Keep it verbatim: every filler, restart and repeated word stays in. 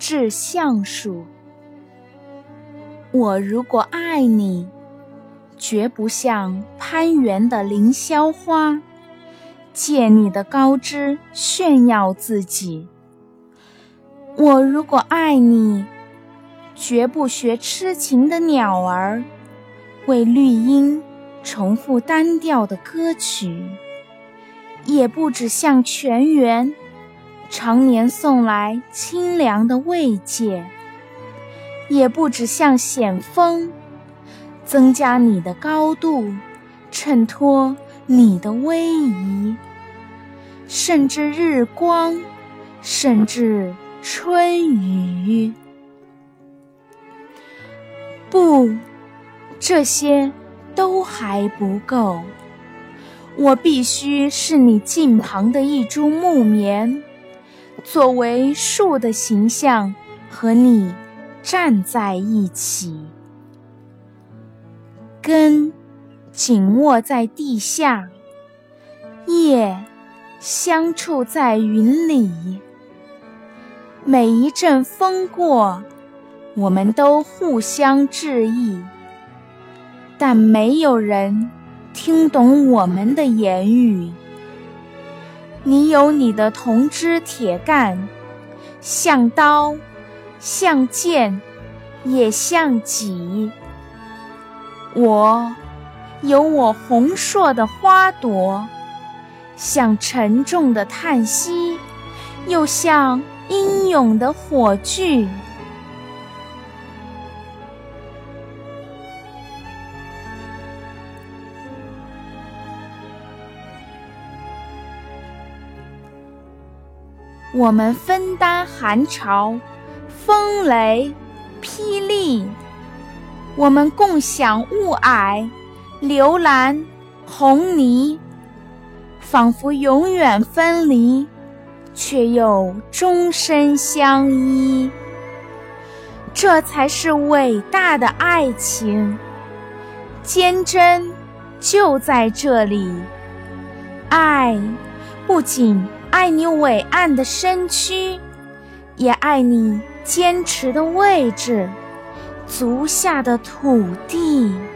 致橡树。我如果爱你，绝不像攀援的凌霄花，借你的高枝炫耀自己。我如果爱你，绝不学痴情的鸟儿，为绿荫重复单调的歌曲，也不只向泉源常年送来清凉的慰藉，也不只向险峰增加你的高度，衬托你的威仪，甚至日光，甚至春雨。不，这些都还不够，我必须是你近旁的一株木棉，作为树的形象和你站在一起，根紧握在地下，叶相触在云里。每一阵风过，我们都互相致意，但没有人听懂我们的言语。你有你的铜枝铁干，像刀，像剑，也像戟。我有我红硕的花朵，像沉重的叹息，又像英勇的火炬。我们分担寒潮、风雷、霹雳，我们共享雾霭、流岚、红泥，仿佛永远分离，却又终身相依。这才是伟大的爱情，坚贞就在这里。爱不仅爱你伟岸的身躯，也爱你坚持的位置，足下的土地。